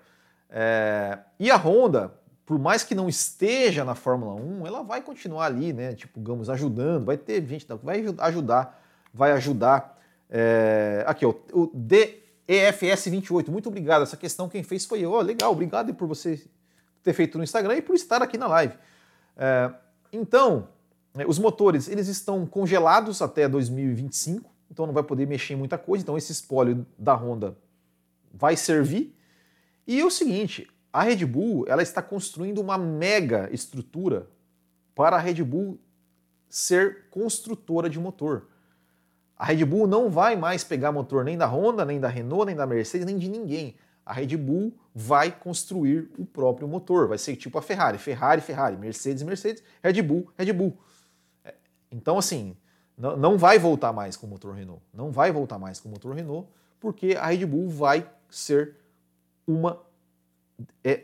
É, e a Honda, por mais que não esteja na Fórmula um, ela vai continuar ali, né? Tipo, digamos, ajudando, vai ter gente que vai ajudar, vai ajudar. É, aqui, ó, o D E F S vinte e oito, muito obrigado. Essa questão quem fez foi eu. Oh, legal, obrigado por você ter feito no Instagram e por estar aqui na live. É, então, os motores eles estão congelados até dois mil e vinte e cinco, então não vai poder mexer em muita coisa. Então esse espólio da Honda vai servir. E é o seguinte, a Red Bull ela está construindo uma mega estrutura para a Red Bull ser construtora de motor. A Red Bull não vai mais pegar motor nem da Honda, nem da Renault, nem da Mercedes, nem de ninguém. A Red Bull vai construir o próprio motor. Vai ser tipo a Ferrari. Ferrari, Ferrari. Mercedes, Mercedes. Red Bull, Red Bull. Então, assim, não vai voltar mais com o motor Renault. Não vai voltar mais com o motor Renault, porque a Red Bull vai ser uma... É,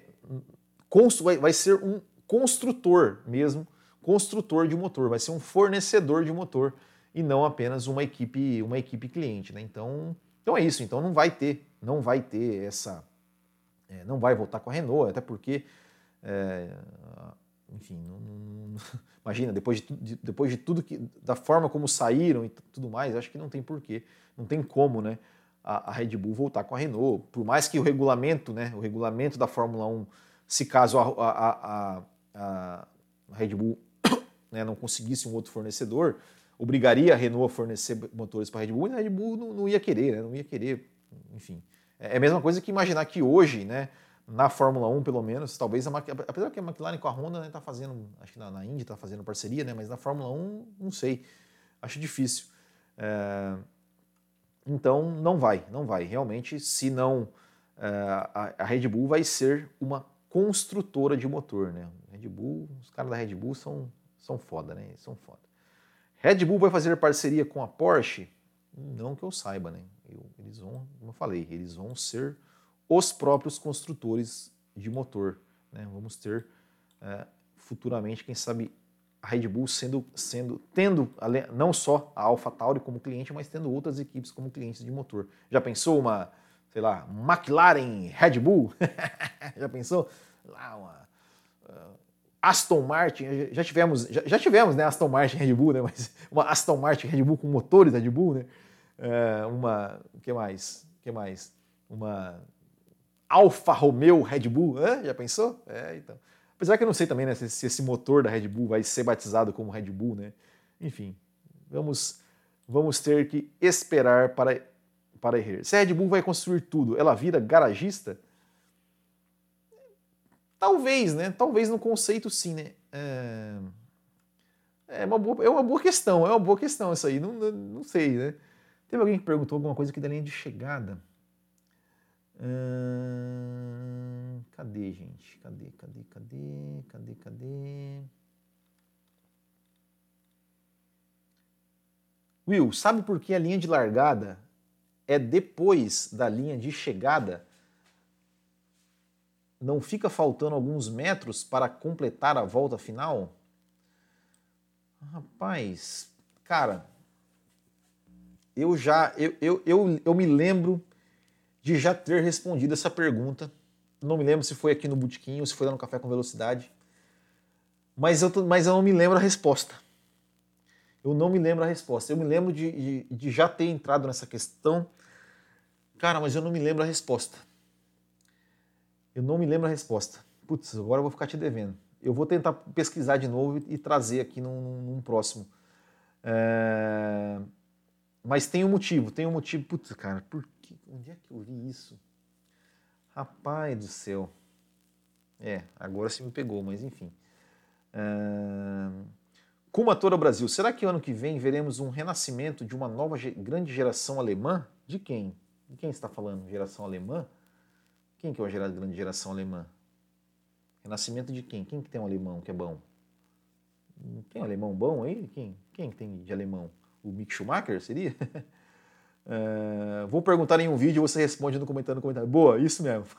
vai ser um construtor mesmo, construtor de motor. Vai ser um fornecedor de motor e não apenas uma equipe, uma equipe cliente, né? Então, então é isso. Então não vai ter, não vai ter essa, é, não vai voltar com a Renault, até porque, é, enfim, não, não, imagina depois de, de, depois de tudo que, da forma como saíram e tudo mais, acho que não tem porquê, não tem como, né? A, a Red Bull voltar com a Renault, por mais que o regulamento, né? O regulamento da Fórmula um, se caso a, a, a, a, a Red Bull, né, não conseguisse um outro fornecedor, obrigaria a Renault a fornecer motores para a Red Bull, e a Red Bull não, não ia querer, né? Não ia querer, enfim. É a mesma coisa que imaginar que hoje, né, na Fórmula um, pelo menos, talvez, a, apesar que a McLaren com a Honda está, né, fazendo, acho que na, na Indy está fazendo parceria, né, mas na Fórmula um, não sei, acho difícil. É, então, não vai, não vai. Realmente, se não, é, a, a Red Bull vai ser uma construtora de motor, né? Red Bull, os caras da Red Bull são, são foda, né? São foda. Red Bull vai fazer parceria com a Porsche? Não que eu saiba, né? Eu, eles vão, como eu falei, eles vão ser os próprios construtores de motor, né? Vamos ter é, futuramente, quem sabe, a Red Bull sendo, sendo, tendo não só a AlphaTauri como cliente, mas tendo outras equipes como clientes de motor. Já pensou uma, sei lá, McLaren Red Bull? Já pensou? Lá uma... Uh, Aston Martin, já tivemos, já, já tivemos, né, Aston Martin Red Bull, né, mas uma Aston Martin Red Bull com motores Red Bull, né, é, uma, o que mais, o que mais, uma Alfa Romeo Red Bull, hã? Já pensou? É, então, apesar que eu não sei também, né, se, se esse motor da Red Bull vai ser batizado como Red Bull, né, enfim, vamos, vamos ter que esperar para, para ver. Se a Red Bull vai construir tudo, ela vira garagista? Talvez, né? Talvez no conceito sim, né? É, é, uma, boa, é uma boa questão, é uma boa questão isso aí, não, não, não sei, né? Teve alguém que perguntou alguma coisa aqui da linha de chegada. Hum, cadê, gente? Cadê, cadê, cadê, cadê, cadê? Will, sabe por que a linha de largada é depois da linha de chegada? Não fica faltando alguns metros para completar a volta final? Rapaz, cara, eu já, eu, eu, eu, eu me lembro de já ter respondido essa pergunta. Não me lembro se foi aqui no Botequim ou se foi lá no Café com Velocidade. Mas eu, mas eu não me lembro a resposta. Eu não me lembro a resposta. Eu me lembro de, de, de já ter entrado nessa questão. Cara, mas eu não me lembro a resposta. Eu não me lembro a resposta. Putz, agora eu vou ficar te devendo. Eu vou tentar pesquisar de novo e trazer aqui num, num próximo. É... Mas tem um motivo, tem um motivo. Putz, cara, por que? Onde é que eu vi isso? Rapaz do céu. É, agora você me pegou, mas enfim. É... Kumatora Brasil, será que ano que vem veremos um renascimento de uma nova ge- grande geração alemã? De quem? De quem está falando? Geração alemã? Quem que é a gera- grande geração alemã? Renascimento de quem? Quem que tem um alemão que é bom? Tem um alemão bom aí? Quem, quem que tem de alemão? O Mick Schumacher seria? é, vou perguntar em um vídeo e você responde no comentário no comentário. Boa, isso mesmo.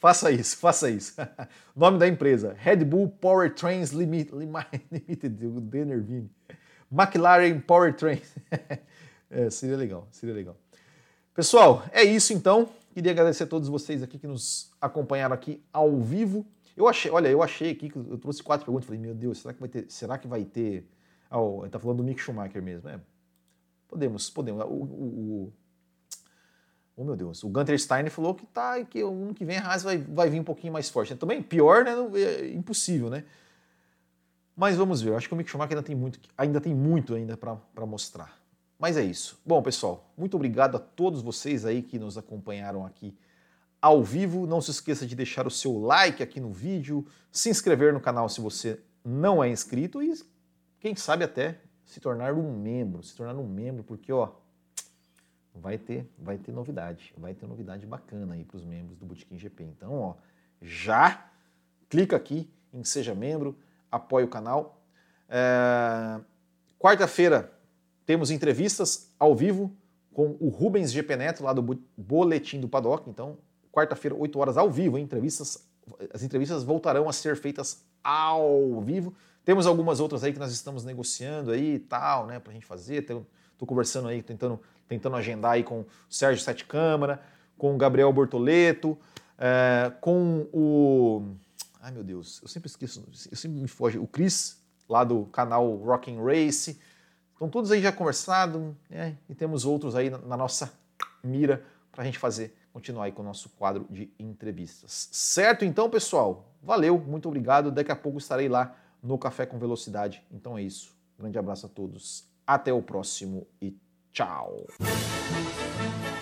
Faça isso, faça isso. Nome da empresa, Red Bull Powertrains Limited, Limited o Denervini. McLaren Powertrains. É, seria legal, seria legal. Pessoal, é isso então. Queria agradecer a todos vocês aqui que nos acompanharam aqui ao vivo. Eu achei, olha, eu achei aqui que eu trouxe quatro perguntas. Falei, meu Deus, será que vai ter? Será que vai ter? Ah, ele tá falando do Mick Schumacher mesmo, é? Podemos, podemos. O, o, o, oh, meu Deus, o Gunter Steiner falou que tá, que o ano que vem a Haas vai, vai vir um pouquinho mais forte. Também pior, né? É impossível, né? Mas vamos ver. Eu acho que o Mick Schumacher ainda tem muito, ainda tem muito ainda para mostrar. Mas é isso. Bom, pessoal, muito obrigado a todos vocês aí que nos acompanharam aqui ao vivo. Não se esqueça de deixar o seu like aqui no vídeo, se inscrever no canal se você não é inscrito e, quem sabe, até se tornar um membro. Se tornar um membro, porque, ó, vai ter, vai ter novidade. Vai ter novidade bacana aí para os membros do Botequim G P. Então, ó, já clica aqui em Seja Membro, apoie o canal. É... Quarta-feira temos entrevistas ao vivo com o Rubens G P Neto, lá do Boletim do Paddock. Então, quarta-feira, oito horas, ao vivo, hein? Entrevistas, as entrevistas voltarão a ser feitas ao vivo. Temos algumas outras aí que nós estamos negociando aí e tal, né, pra gente fazer. Estou conversando aí, tentando, tentando agendar aí com o Sérgio Sete Câmara, com o Gabriel Bortoleto, é, com o... Ai, meu Deus, eu sempre esqueço, eu sempre me foge. O Cris, lá do canal Rockin' Race. Estão todos aí já conversados, né? E temos outros aí na, na nossa mira para a gente fazer, continuar aí com o nosso quadro de entrevistas. Certo? Então, pessoal, valeu, muito obrigado. Daqui a pouco estarei lá no Café com Velocidade. Então é isso. Grande abraço a todos. Até o próximo e tchau.